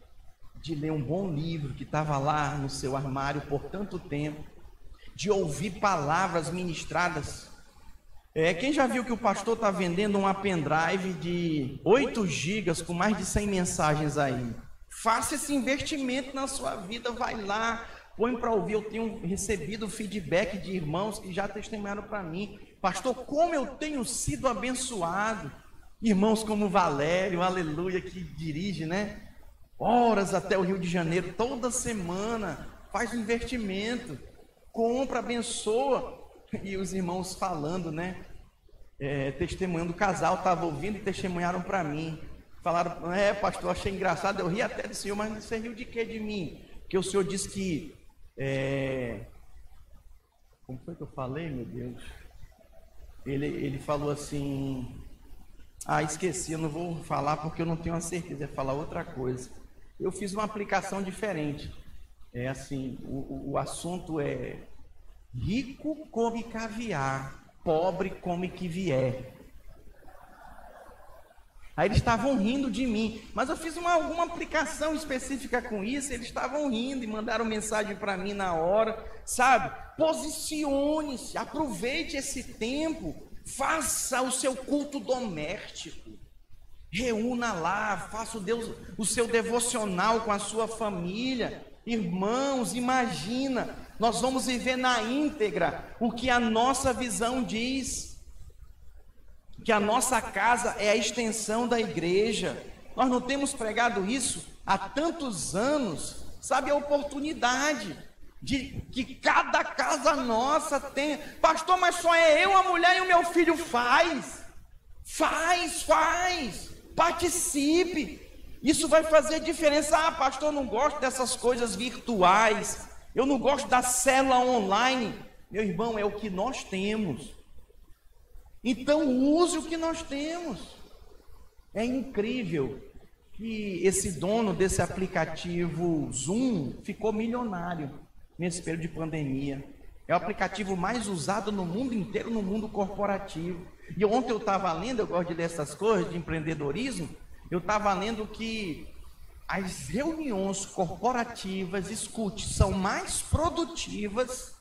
de ler um bom livro que estava lá no seu armário por tanto tempo, de ouvir palavras ministradas. É, quem já viu que o pastor está vendendo uma pendrive de oito gigas com mais de cem mensagens aí? Faça esse investimento na sua vida, vai lá, põe para ouvir. Eu tenho recebido feedback de irmãos que já testemunharam para mim: pastor, como eu tenho sido abençoado. Irmãos como Valério, aleluia, que dirige, né? Horas até o Rio de Janeiro, toda semana, faz um investimento, compra, abençoa. E os irmãos falando, né? É, testemunhando, o casal estava ouvindo e testemunharam para mim. Falaram: é, pastor, achei engraçado, eu ri até do senhor, mas você riu de quê de mim? Porque o senhor disse que... É... Como foi que eu falei, meu Deus? Ele, ele falou assim... Ah, esqueci, eu não vou falar porque eu não tenho a certeza, é falar outra coisa. Eu fiz uma aplicação diferente. É assim, o, o assunto é Rico come caviar, pobre come que vier. Aí eles estavam rindo de mim, mas eu fiz uma, alguma aplicação específica com isso, eles estavam rindo e mandaram mensagem para mim na hora, sabe? Posicione-se, aproveite esse tempo, faça o seu culto doméstico, reúna lá, faça o, Deus, o seu devocional com a sua família. Irmãos, imagina, nós vamos viver na íntegra o que a nossa visão diz, que a nossa casa é a extensão da igreja. Nós não temos pregado isso há tantos anos, sabe, a oportunidade de que cada casa nossa tem. Pastor, mas só é eu, a mulher e o meu filho. Faz, faz, faz, participe, isso vai fazer diferença. Ah, pastor, eu não gosto dessas coisas virtuais, eu não gosto da célula online. Meu irmão, é o que nós temos, então use o que nós temos. É incrível que esse dono desse aplicativo Zoom ficou milionário nesse período de pandemia. É o aplicativo mais usado no mundo inteiro, no mundo corporativo. E ontem eu estava lendo, eu gosto de ler essas coisas de empreendedorismo, eu estava lendo que as reuniões corporativas, escute, são mais produtivas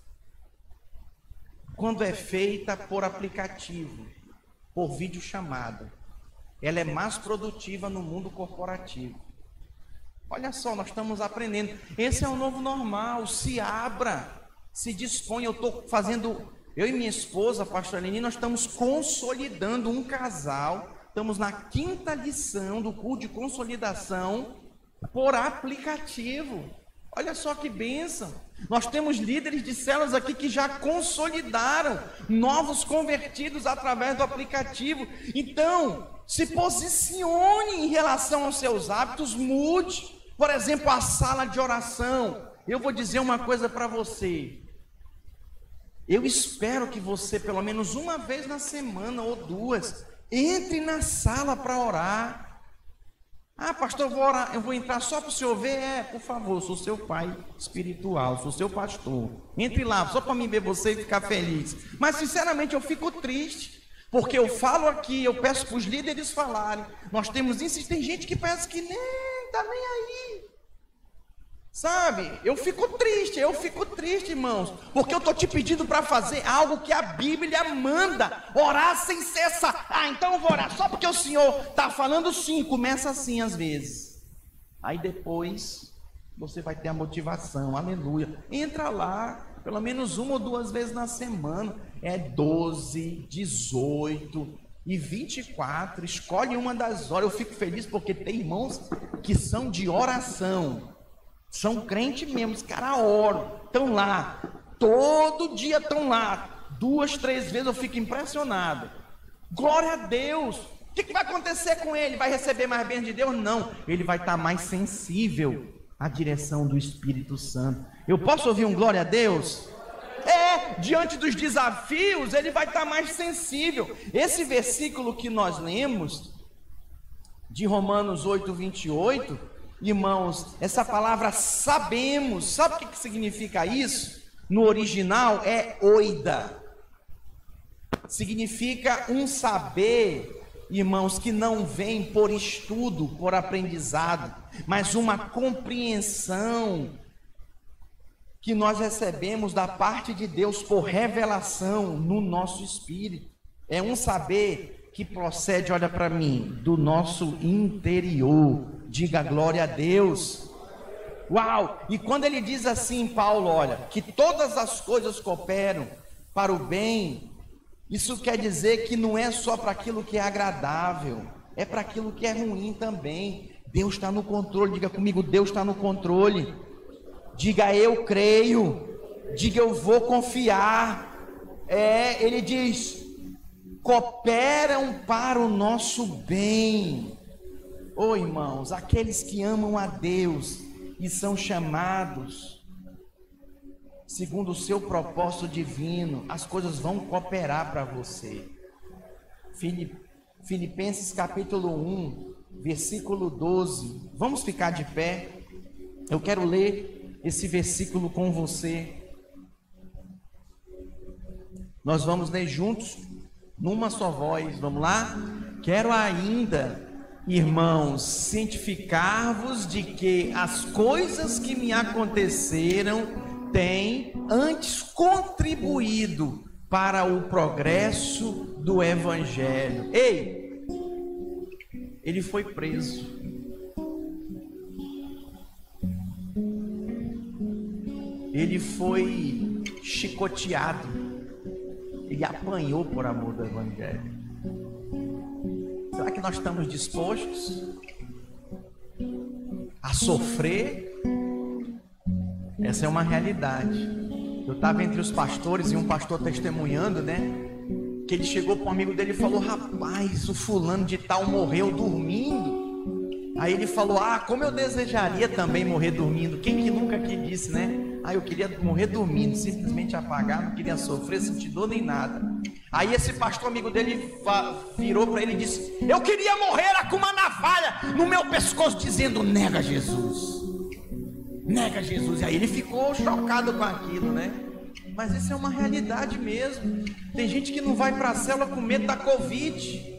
quando é feita por aplicativo, por videochamada. Ela é mais produtiva no mundo corporativo. Olha só, nós estamos aprendendo. Esse é o novo normal. Se abra, se dispõe. Eu estou fazendo, eu e minha esposa, pastor Eleni, nós estamos consolidando um casal. Estamos na quinta lição do curso de consolidação por aplicativo. Olha só que bênção. Nós temos líderes de células aqui que já consolidaram novos convertidos através do aplicativo. Então, se posicione em relação aos seus hábitos, mude. Por exemplo, a sala de oração. Eu vou dizer uma coisa para você. Eu espero que você, pelo menos uma vez na semana ou duas, entre na sala para orar. Ah, pastor, eu vou orar, eu vou entrar só para o senhor ver. É, por favor, sou seu pai espiritual, sou seu pastor. Entre lá, só para mim ver você e ficar feliz. Mas, sinceramente, eu fico triste, porque eu falo aqui, eu peço para os líderes falarem. Nós temos isso, tem gente que pensa que nem está nem aí. Sabe, eu fico triste, eu fico triste, irmãos, porque eu estou te pedindo para fazer algo que a Bíblia manda, orar sem cessar. Ah, então eu vou orar só porque o Senhor está falando. Sim, começa assim às vezes, aí depois você vai ter a motivação, aleluia. Entra lá, pelo menos uma ou duas vezes na semana, é doze, dezoito e vinte e quatro, escolhe uma das horas. Eu fico feliz porque tem irmãos que são de oração, são crentes mesmo, os caras oram, estão lá, todo dia estão lá, duas, três vezes. Eu fico impressionado. Glória a Deus. O que, que vai acontecer com ele? Vai receber mais bênção de Deus? Não, ele vai estar mais sensível à direção do Espírito Santo. Eu posso ouvir um glória a Deus? É, diante dos desafios, ele vai estar mais sensível. Esse versículo que nós lemos, de Romanos oito, vinte e oito, irmãos, essa palavra sabemos, sabe o que, que significa isso? No original é oida, significa um saber, irmãos, que não vem por estudo, por aprendizado, mas uma compreensão que nós recebemos da parte de Deus por revelação no nosso espírito. É um saber que procede, olha para mim, do nosso interior. Diga glória a Deus. Uau! E quando ele diz assim, Paulo, olha, que todas as coisas cooperam para o bem, isso quer dizer que não é só para aquilo que é agradável, é para aquilo que é ruim também. Deus está no controle. Diga comigo, Deus está no controle. Diga eu creio. Diga eu vou confiar. É, ele diz, cooperam para o nosso bem. Oh, irmãos, aqueles que amam a Deus e são chamados segundo o seu propósito divino, as coisas vão cooperar para você. Filipenses capítulo um, versículo doze. Vamos ficar de pé. Eu quero ler esse versículo com você. Nós vamos ler juntos, numa só voz. Vamos lá? Quero ainda, irmãos, cientificar-vos de que as coisas que me aconteceram têm antes contribuído para o progresso do Evangelho. Ei, ele foi preso. Ele foi chicoteado. Ele apanhou por amor do Evangelho. Será que nós estamos dispostos a sofrer? Essa é uma realidade. Eu estava entre os pastores e um pastor testemunhando, né? Que ele chegou para um amigo dele e falou: rapaz, o fulano de tal morreu dormindo. Aí ele falou: ah, como eu desejaria também morrer dormindo. Quem que nunca aqui disse, né? Ah, eu queria morrer dormindo, simplesmente apagar, não queria sofrer, sentir dor nem nada. Aí esse pastor amigo dele virou para ele e disse: eu queria morrer com uma navalha no meu pescoço, dizendo: nega Jesus, nega Jesus. E aí ele ficou chocado com aquilo, né? Mas isso é uma realidade mesmo. Tem gente que não vai para a célula com medo da Covid.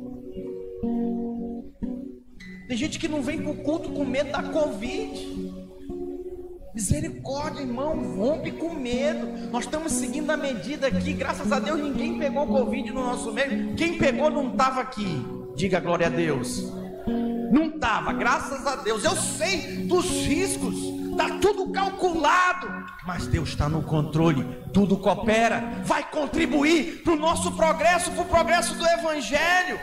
Tem gente que não vem para o culto com medo da Covid. Misericórdia, irmão, rompe com medo. Nós estamos seguindo a medida aqui. Graças a Deus ninguém pegou Covid no nosso meio. Quem pegou não estava aqui. Diga glória a Deus. Não estava, graças a Deus. Eu sei dos riscos, está tudo calculado, mas Deus está no controle. Tudo coopera, vai contribuir para o nosso progresso, para o progresso do Evangelho.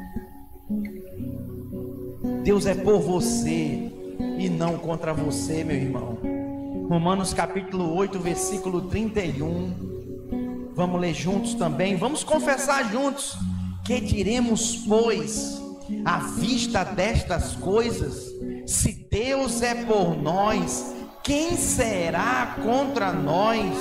Deus é por você e não contra você, meu irmão. Romanos capítulo oito, versículo trinta e um. Vamos ler juntos também. Vamos confessar juntos. Que diremos, pois, à vista destas coisas? Se Deus é por nós, quem será contra nós?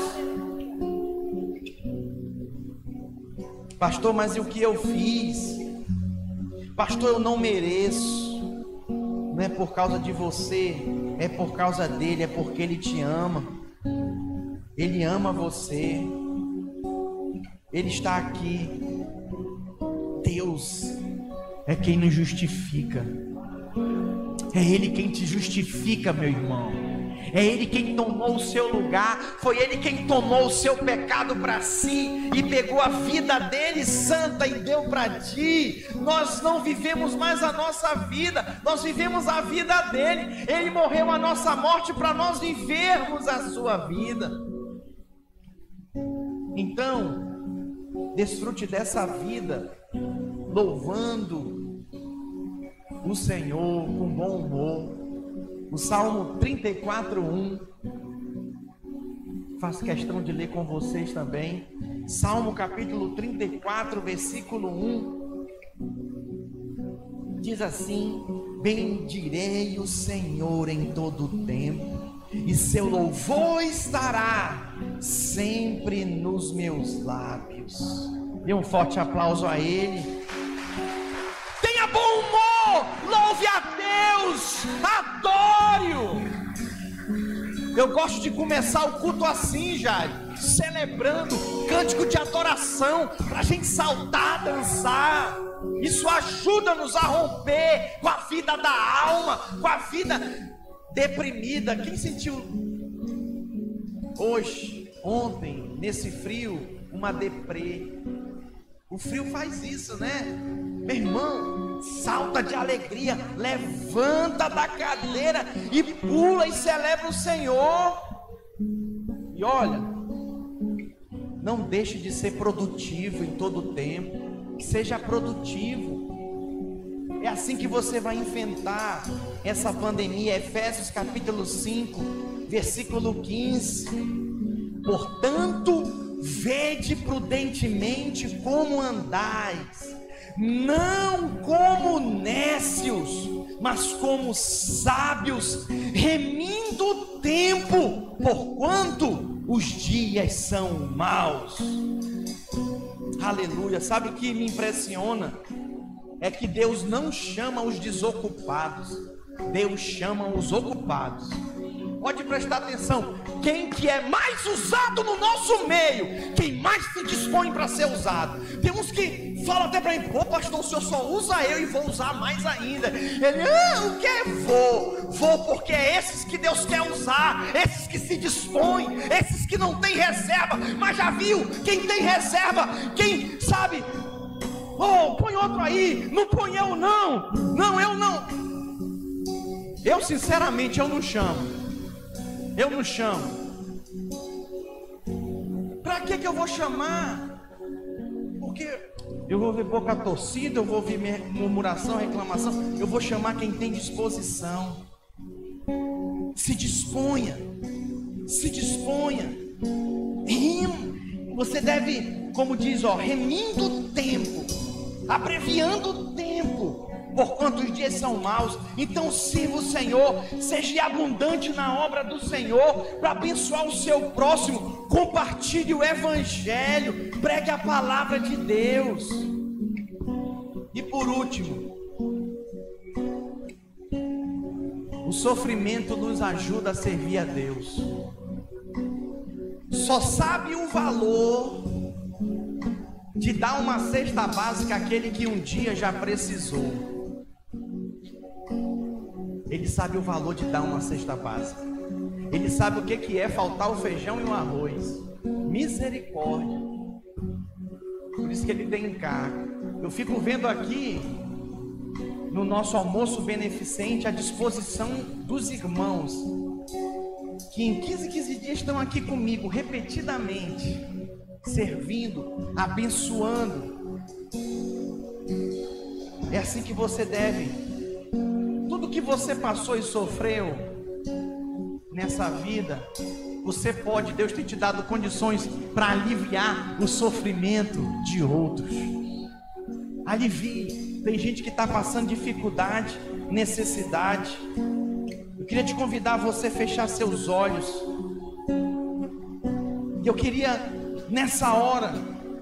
Pastor, mas e o que eu fiz? Pastor, eu não mereço. Não é por causa de você, é por causa dele, é porque ele te ama. Ele ama você. Ele está aqui. Deus é quem nos justifica. É ele quem te justifica, meu irmão. É ele quem tomou o seu lugar. Foi ele quem tomou o seu pecado para si e pegou a vida dele santa e deu para ti. Nós não vivemos mais a nossa vida, nós vivemos a vida dele. Ele morreu a nossa morte para nós vivermos a sua vida. Então, desfrute dessa vida louvando o Senhor com bom humor. O Salmo trinta e quatro, um, faço questão de ler com vocês também. Salmo capítulo trinta e quatro, versículo um, diz assim: bendirei o Senhor em todo o tempo, e seu louvor estará sempre nos meus lábios. Dê um forte aplauso a ele. Tenha bom humor, louve a Deus, adore-o. Eu gosto de começar o culto assim, Jair, celebrando, cântico de adoração, para a gente saltar, dançar. Isso ajuda-nos a romper com a vida da alma, com a vida deprimida. Quem sentiu hoje, ontem, nesse frio, uma deprê? O frio faz isso, né? Meu irmão, salta de alegria, levanta da cadeira e pula e celebra o Senhor. E olha, não deixe de ser produtivo em todo o tempo. Seja produtivo. É assim que você vai enfrentar essa pandemia. Efésios capítulo cinco, versículo quinze. Portanto, vede prudentemente como andais, não como nécios, mas como sábios, remindo o tempo, porquanto os dias são maus. Aleluia. Sabe o que me impressiona? É que Deus não chama os desocupados, Deus chama os ocupados. Pode prestar atenção. Quem que é mais usado no nosso meio? Quem mais se dispõe para ser usado? Tem uns que falam até para mim: pô, pastor, o senhor só usa eu e vou usar mais ainda. Ele, ah, o que? Vou, vou porque é esses que Deus quer usar, esses que se dispõem, esses que não tem reserva. Mas já viu? Quem tem reserva, quem sabe, oh, põe outro aí, não põe eu não, não, eu não. Eu sinceramente, eu não chamo. Eu não chamo. Pra que que eu vou chamar? Porque eu vou ver pouca torcida, eu vou ouvir murmuração, reclamação. Eu vou chamar quem tem disposição. Se disponha. Se disponha. Rima. Você deve, como diz, ó, remindo o tempo, abreviando o tempo, porquanto os dias são maus. Então sirva o Senhor, seja abundante na obra do Senhor, para abençoar o seu próximo. Compartilhe o evangelho, pregue a palavra de Deus. E por último, o sofrimento nos ajuda a servir a Deus. Só sabe o valor de dar uma cesta básica àquele que um dia já precisou. Ele sabe o valor de dar uma cesta básica. Ele sabe o que que é faltar o feijão e o arroz. Misericórdia. Por isso que ele tem encargo. Eu fico vendo aqui no nosso almoço beneficente a disposição dos irmãos que em quinze, quinze dias estão aqui comigo repetidamente, servindo, abençoando. É assim que você deve. Tudo que você passou e sofreu nessa vida, você pode, Deus tem te dado condições para aliviar o sofrimento de outros. Alivie. Tem gente que está passando dificuldade, necessidade. Eu queria te convidar a você fechar seus olhos. E eu queria, nessa hora,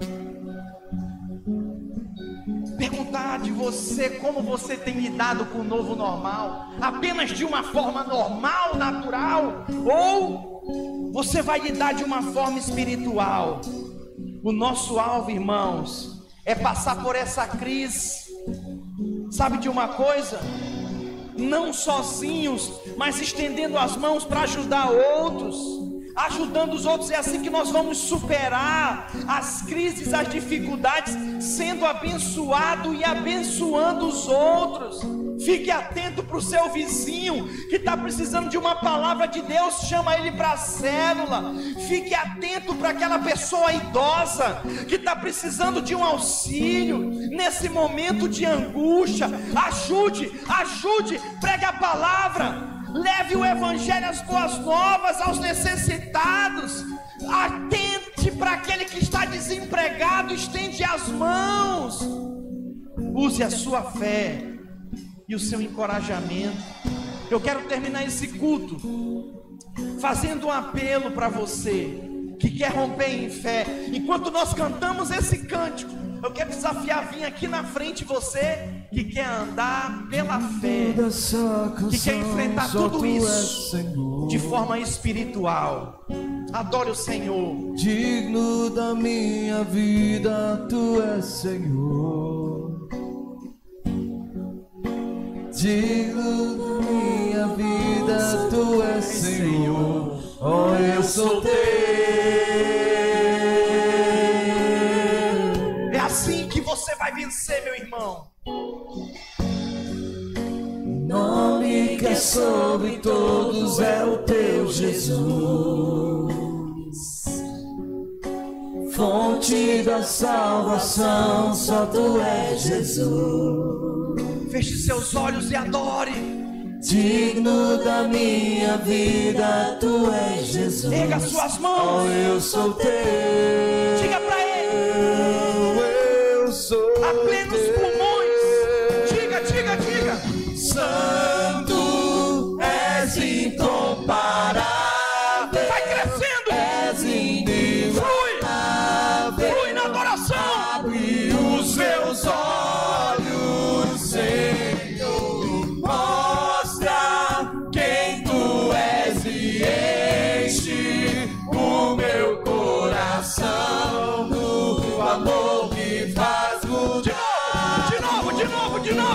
perguntar de você como você tem lidado com o novo normal, apenas de uma forma normal, natural, ou você vai lidar de uma forma espiritual. O nosso alvo, irmãos, é passar por essa crise. Sabe de uma coisa? Não sozinhos, mas estendendo as mãos para ajudar outros. Ajudando os outros, é assim que nós vamos superar as crises, as dificuldades, sendo abençoado e abençoando os outros. Fique atento para o seu vizinho que está precisando de uma palavra de Deus, chama ele para a célula. Fique atento para aquela pessoa idosa que está precisando de um auxílio nesse momento de angústia. Ajude, ajude, pregue a palavra. Leve o evangelho, as boas novas aos necessitados. Atente para aquele que está desempregado, estende as mãos. Use a sua fé e o seu encorajamento. Eu quero terminar esse culto fazendo um apelo para você que quer romper em fé. Enquanto nós cantamos esse cântico, eu quero desafiar a vir aqui na frente você que quer andar pela fé, que quer enfrentar tudo isso de forma espiritual. Adore o Senhor.
Digno da minha vida, Tu és Senhor. Digno da minha vida, Tu és Senhor. Oh, eu sou Teu.
É assim que você vai vencer, meu irmão.
Nome que é sobre todos é o Teu Jesus. Fonte da salvação, só Tu és Jesus.
Feche seus olhos e adore.
Digno da minha vida, Tu és Jesus.
Erga suas mãos.
Oh, eu sou Teu.
Diga pra Ele.
Eu sou
a plenos
Teu.
Pulmões. Diga, diga, diga.
Santo és incomparável.
Vai crescendo.
És inigualável.
Flui na adoração.
Abre os meus olhos, Senhor. Mostra quem Tu és.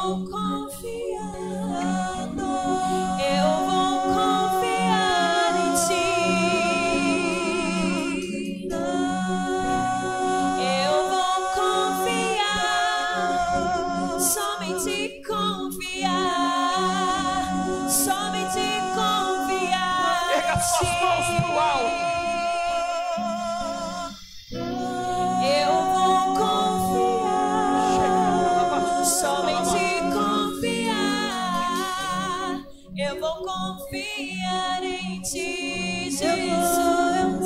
vou confiando, eu vou confiar em ti. Eu vou confiar, somente confiar, somente confiar.
Erga suas mãos pro alto.
Eu vou confiar, somente confiar. Eu vou confiar em ti, Jesus.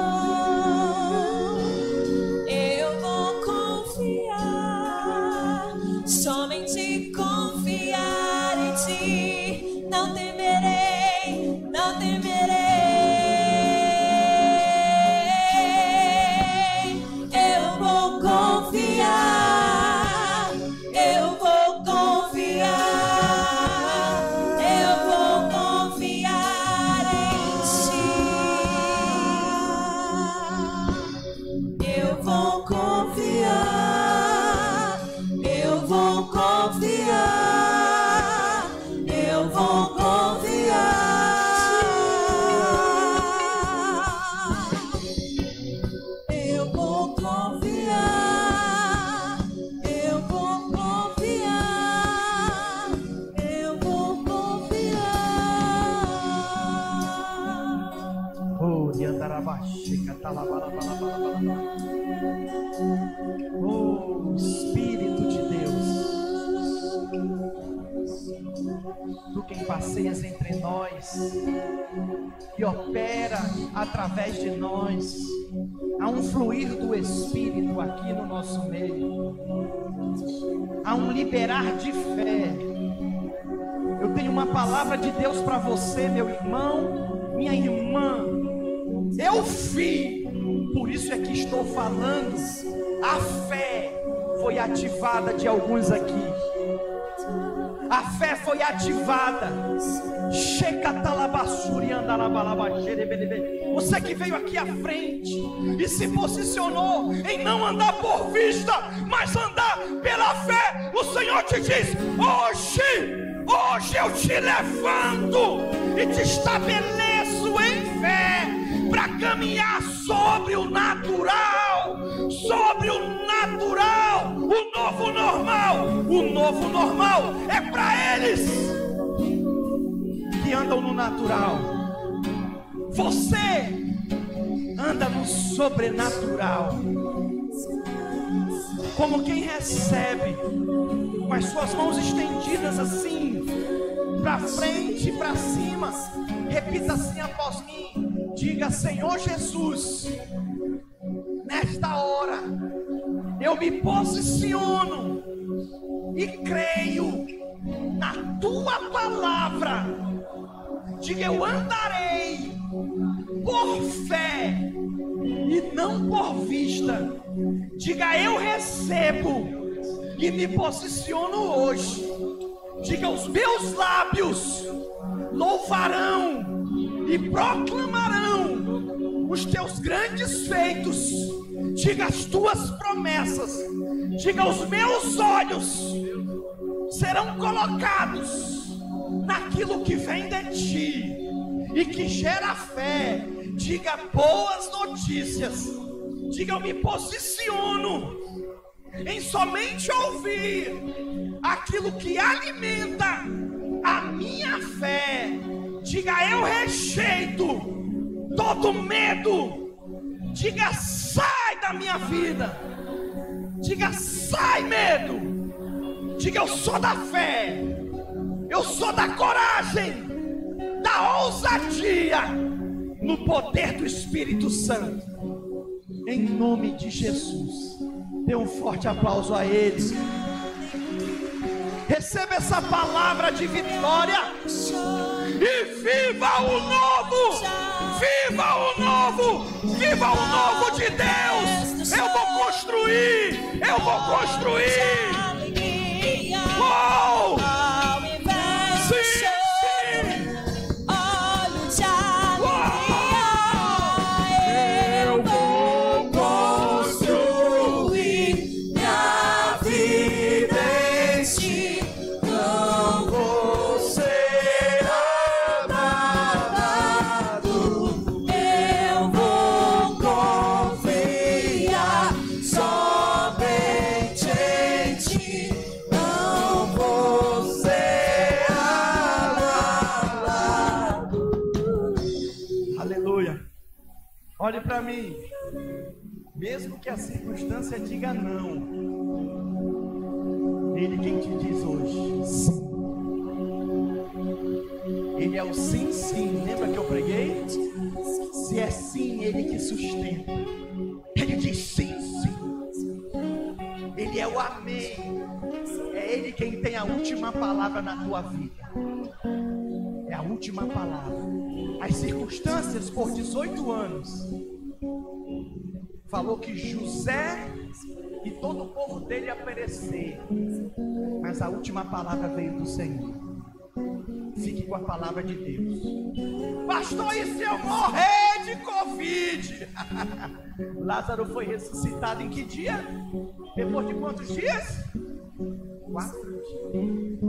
Eu vou confiar, somente confiar em ti. Não temerei, não temerei. Eu vou confiar, eu vou confiar, eu vou confiar em ti. Eu vou confiar, eu vou
Oh, Espírito de Deus, Tu quem passeias entre nós e opera através de nós, há um fluir do Espírito aqui no nosso meio, há um liberar de fé. Eu tenho uma palavra de Deus para você, meu irmão, minha irmã. Eu vi, por isso é que estou falando. A fé foi ativada de alguns aqui. A fé foi ativada. Você que veio aqui à frente e se posicionou em não andar por vista, mas andar pela fé, o Senhor te diz: hoje, hoje eu te levanto e te estabeleço em fé para caminhar sobre o natural, sobre o natural, o novo normal. O novo normal é para eles que andam no natural. Você anda no sobrenatural, como quem recebe, com as suas mãos estendidas assim, para frente e para cima. Repita assim após mim. Diga: Senhor Jesus, nesta hora eu me posiciono e creio na Tua palavra. Diga: eu andarei por fé e não por vista. Diga: eu recebo e me posiciono hoje. Diga: os meus lábios louvarão e proclamarão os Teus grandes feitos. Diga: as Tuas promessas. Diga: os meus olhos serão colocados naquilo que vem de Ti e que gera fé. Diga: boas notícias. Diga: eu me posiciono em somente ouvir aquilo que alimenta a minha fé. Diga: eu rejeito todo medo. Diga: sai da minha vida. Diga: sai medo. Diga: eu sou da fé, eu sou da coragem, da ousadia, no poder do Espírito Santo. Em nome de Jesus, dê um forte aplauso a Ele. Receba essa palavra de vitória e viva o novo, viva o novo, viva o novo de Deus. Eu vou construir, eu vou construir. Oh! Olhe para mim. Mesmo que a circunstância diga não, Ele quem te diz hoje sim. Ele é o sim, sim. Lembra que eu preguei? Se é sim, Ele que sustenta. Ele diz sim, sim. Ele é o amém. É Ele quem tem a última palavra na tua vida. É a última palavra. As circunstâncias por dezoito anos falou que José e todo o povo dele ia perecer, mas a última palavra veio do Senhor. Fique com a palavra de Deus. Pastor, e se eu morrer de Covid? Lázaro foi ressuscitado em que dia? Depois de quantos dias? Quatro dias.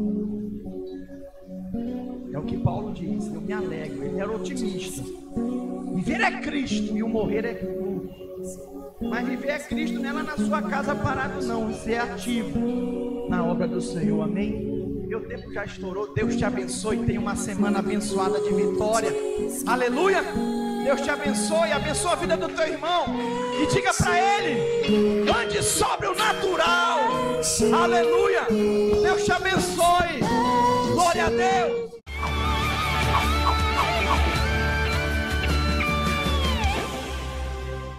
É o que Paulo diz. Eu me alegro. Ele era otimista. Viver é Cristo e o morrer é lucro. Mas viver é Cristo, não é lá na sua casa parado, não. Ser ativo na obra do Senhor. Amém? Meu tempo já estourou. Deus te abençoe. Tenha uma semana abençoada de vitória. Aleluia. Deus te abençoe, abençoe a vida do teu irmão e diga para ele: ande sobre o natural. Aleluia. Deus te abençoe. Glória a Deus.